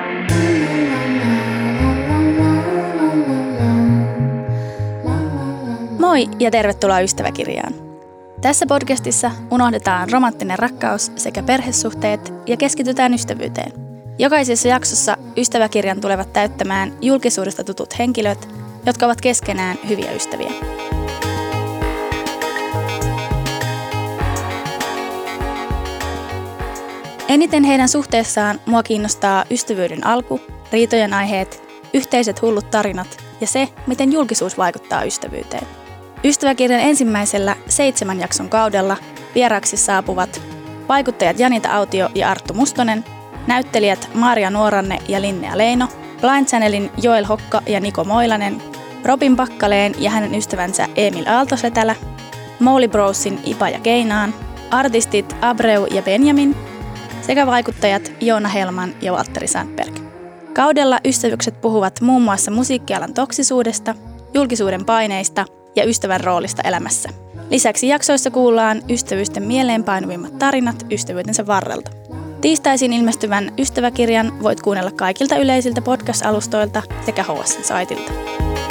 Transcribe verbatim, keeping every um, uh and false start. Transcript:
Moi ja tervetuloa Ystäväkirjaan. Tässä podcastissa unohdetaan romanttinen rakkaus sekä perhesuhteet ja keskitytään ystävyyteen. Jokaisessa jaksossa Ystäväkirjan tulevat täyttämään julkisuudesta tutut henkilöt, jotka ovat keskenään hyviä ystäviä. Eniten heidän suhteessaan mua kiinnostaa ystävyyden alku, riitojen aiheet, yhteiset hullut tarinat ja se, miten julkisuus vaikuttaa ystävyyteen. Ystäväkirjan ensimmäisellä seitsemän jakson kaudella vieraaksi saapuvat vaikuttajat Janita Autio ja Arttu Mustonen, näyttelijät Maria Nuoranne ja Linnea Leino, Blind Channelin Joel Hokka ja Niko Moilanen, Robin Pakkaleen ja hänen ystävänsä Emil Aaltosetälä, Mowgli Brosin Ipa ja Keinaan, artistit Abreu ja Benjamin sekä vaikuttajat Joona Helman ja Valtteri Sandberg. Kaudella ystävykset puhuvat muun muassa musiikkialan toksisuudesta, julkisuuden paineista ja ystävän roolista elämässä. Lisäksi jaksoissa kuullaan ystävyysten mieleenpainuvimmat tarinat ystävyytensä varrelta. Tiistaisin ilmestyvän Ystäväkirjan voit kuunnella kaikilta yleisiltä podcast-alustoilta sekä H S N-saitilta.